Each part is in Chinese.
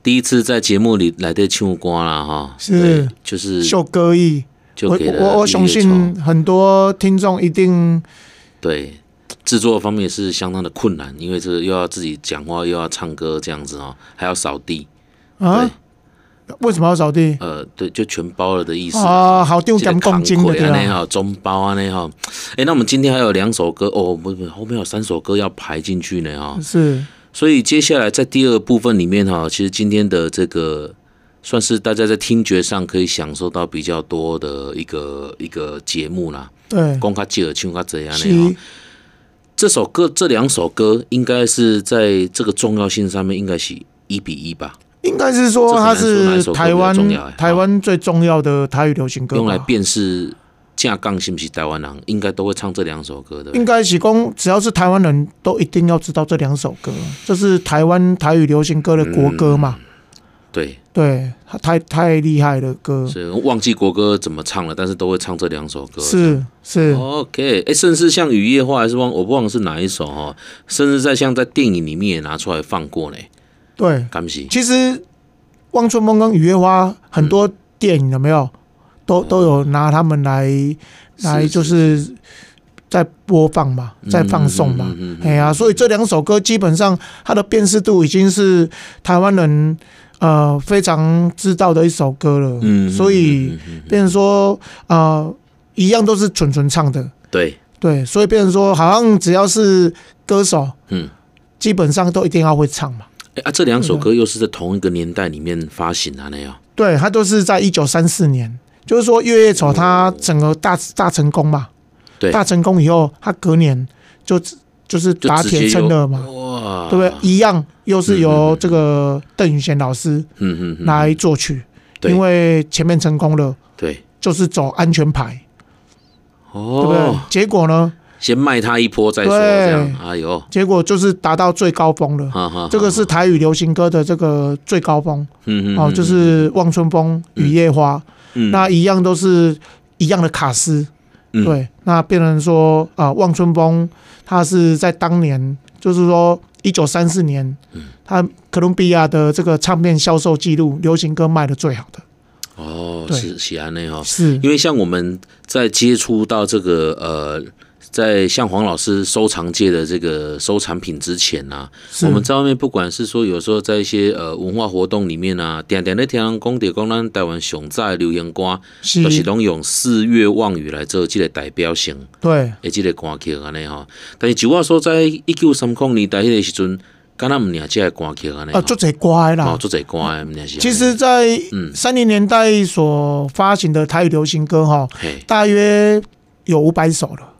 第一次在节目里来的唱歌啦哈， 是就是秀歌艺。我相信很多听众一定对制作方面是相当的困难，因为这又要自己讲话，又要唱歌这样子哦，还要扫地啊。 为什么要扫地？ 对，就全包了的意思啊，好丢减公斤的对吧？中包啊那哈，那我们今天还有2首歌哦，不，后面有3首歌要排进去呢哈。 是， 所以接下来在第二部分里面哈，其实今天的这个算是大家在听觉上可以享受到比较多的一个节目啦。 对， 讲较少，唱较多啊呢。这2首歌应该是在这个重要性上面，应该是1:1吧。 应该是说它是台湾最重要的台语流行歌， 用来辨识正港是不是台湾人，应该都会唱这2首歌的。 应该是讲只要是台湾人都一定要知道这2首歌，这是台湾台语流行歌的国歌嘛。 对， 太厉害的歌， 所以忘记国歌怎么唱了，但是都会唱这2首歌。 是 OK， 甚至像《雨夜花》还是我不忘了是哪一首哈，甚至像在电影里面也拿出来放过呢。 对，其实《望春风》跟《雨夜花》很多电影有没有都有拿他们来就是在播放嘛，在放送嘛。哎呀，所以这2首歌基本上它的辨识度已经是台湾人非常知道的一首歌了。所以变成说一样都是纯唱的。对，所以变成说好像只要是歌手，基本上都一定要会唱嘛。 这2首歌又是在同一个年代里面发行啊，那样。 对，它都是在1934年，就是说《月夜愁》它整个大成功嘛。对，大成功以后，它隔年就是打铁趁热嘛，对不对？一样又是由这个邓雨贤老师来作曲，因为前面成功了，对，就是走安全牌，对不对？结果呢？ 先卖他一波再说，这样，哎呦， 结果就是达到最高峰了。这个是台语流行歌的这个最高峰，就是《望春风》《雨夜花》，那一样都是一样的卡司，对，那变成说《望春风》它是在当年，就是说1934年，它哥伦比亚的这个唱片销售记录，流行歌卖的最好的。 是安内哈，是因为像我们在接触到这个在像黄老师收藏界的这个收藏品之前啊，我们在外面不管是说有时候在一些文化活动里面啊，常常在听人讲到咱台湾上早的流行歌，都是拢用四月望雨来做这个代表性， 对， 的这个歌曲安尼哈。但是就我所在1930年代迄个时阵，敢若唔领这个歌曲安尼， 足侪歌的啦， 足侪歌的唔领是。 其实，在30年代所发行的台语流行歌哈，大约有500首了。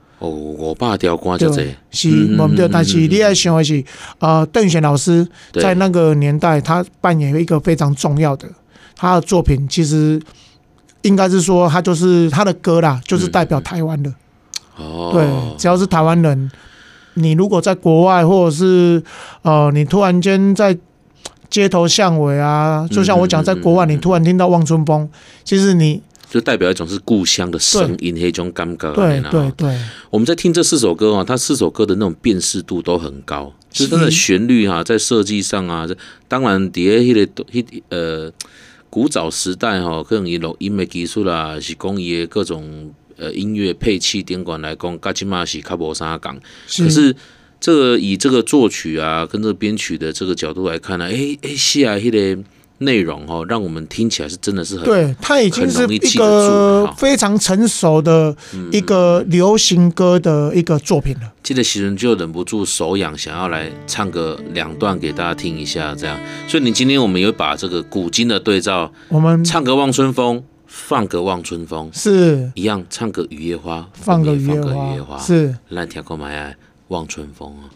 500条歌就这， 是，对。但是你要想的是，邓雨贤老师在那个年代，他扮演一个非常重要的，他的作品其实应该是说，他就是他的歌啦，就是代表台湾的。对，只要是台湾人，你如果在国外，或者是你突然间在街头巷尾啊，就像我讲，在国外你突然听到《望春风》，其实你。 就代表一种是故乡的声音，那种感觉。 对。 我们在听这4首歌啊，它4首歌的那种辨识度都很高，就是它的旋律啊，在设计上啊，当然在迄个古早时代哈，可能以录音的技术啦，是讲伊的各种音乐配器点管来讲，甲今嘛是较无啥讲。可是这个以这个作曲啊，跟这个编曲的这个角度来看呢，是啊，迄个。内容让我们听起来是真的是很对，它已经是一个非常成熟的一个流行歌的一个作品了。 记得时人就忍不住手痒，想要来唱个2段给大家听一下，这样。所以你今天我们也会把这个古今的对照，我们唱个《望春风》，放个《望春风》， 是一样唱个《雨夜花》， 放个《雨夜花》，是来听个买《望春风》啊。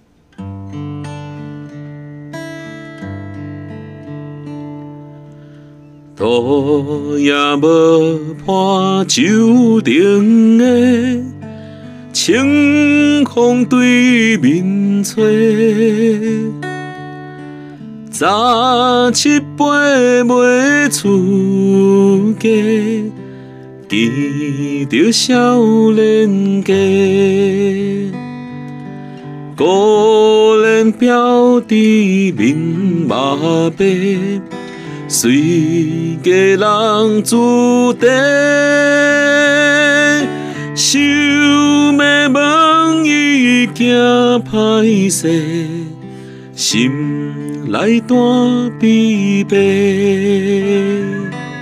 路也无伴酒灯的清风对面吹，早7杯袂出家，见着少年家， 孤人飘伫面马背，随家人注定，想要问伊行歹势，心内带悲悲。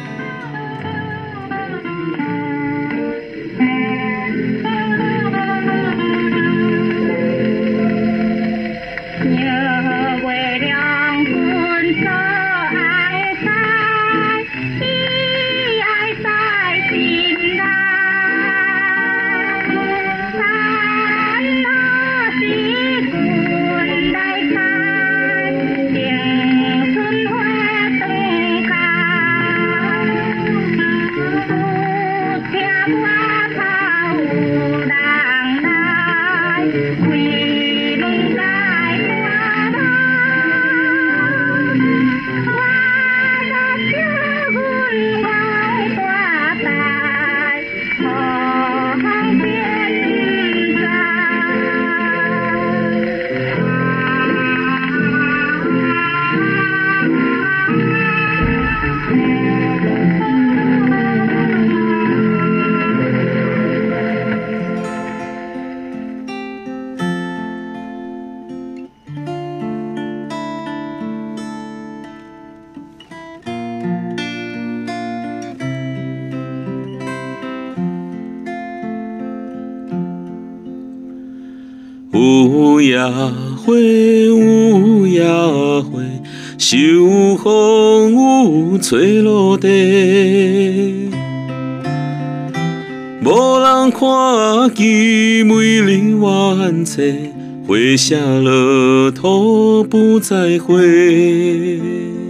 有夜花，有夜花，秋风有吹落地。无人看见美丽万岁，花谢了土不再回。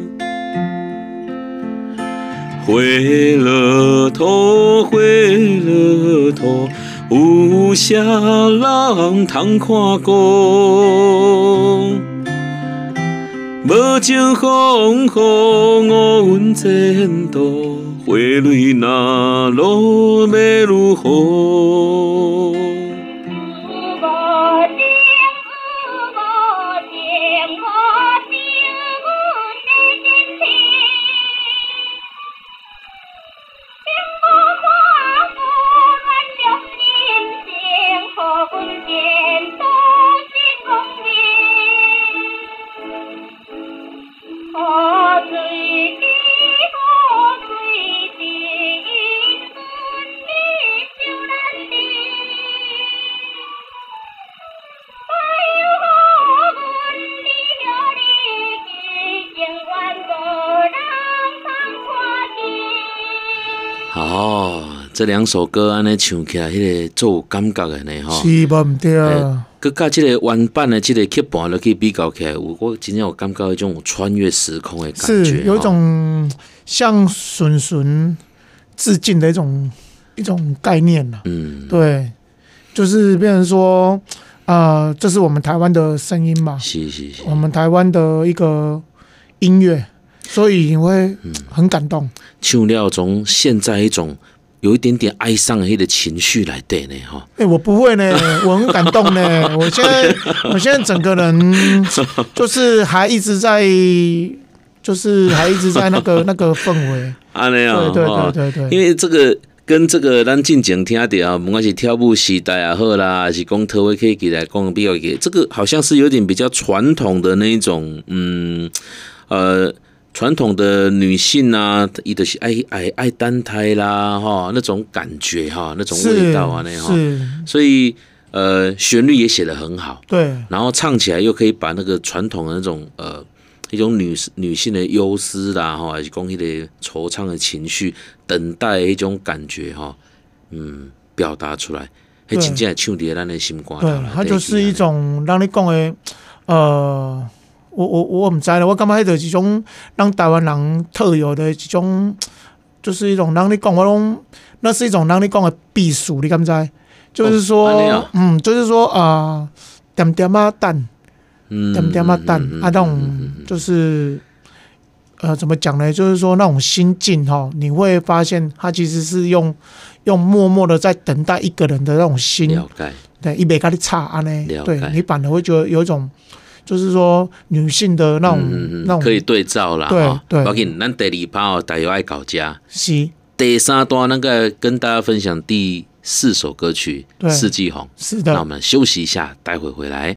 回了土，回了土。有啥人通看过？无情风雨我阮前途，花蕊若落要如何？哦，这两首歌安尼唱起来，迄个做有感觉的呢，吼。 是无毋对啊。 佮甲即个原版的即个曲盘落去比较起来，我真正有感觉一种穿越时空的感觉， 是有一种向笋笋致敬的一种概念啦。对，就是变成说，这是我们台湾的声音嘛， 是， 我们台湾的一个音乐。所以你会很感动， 唱了从现在一种有一点点哀伤的那个情绪来对呢，哈。 我不会呢，我很感动呢。我现在整个人就是还一直在那个氛围。 安尼啊， 对， 因为这个跟这个咱进前听到，不管是跳舞时代也好啦，还是讲特威 K 来讲比较这个好像是有点比较传统的那一种，传统的女性啊，伊就是爱单胎啦，哈，那种感觉哈，那种味道啊，那哈，所以旋律也写得很好， 对， 然后唱起来又可以把那个传统的那种一种女性的忧思啦，哈，还是讲迄个惆怅的情绪，等待的一种感觉哈，表达出来，迄真正唱伫咱的心肝头。 对，它就是一种让你讲的我唔知啦，我感觉迄就是一种让台湾人特有的一种，就是一种让你讲我拢，那是一种让你讲的避暑，你敢知？就是说，就是说点点啊蛋，点点啊蛋啊，那种就是怎么讲呢？就是说那种心境哈，你会发现他其实是用默默的在等待一个人的那种心， 了解， 对，一没跟你差啊呢，对解你反而会觉得有一种，就是说女性的那种、那种可以对照啦， 对对， 包括咱第2趴大家爱搞家， 是第3段那个跟大家分享第4首歌曲《四季红》， 是的， 那我们休息一下，待会回来。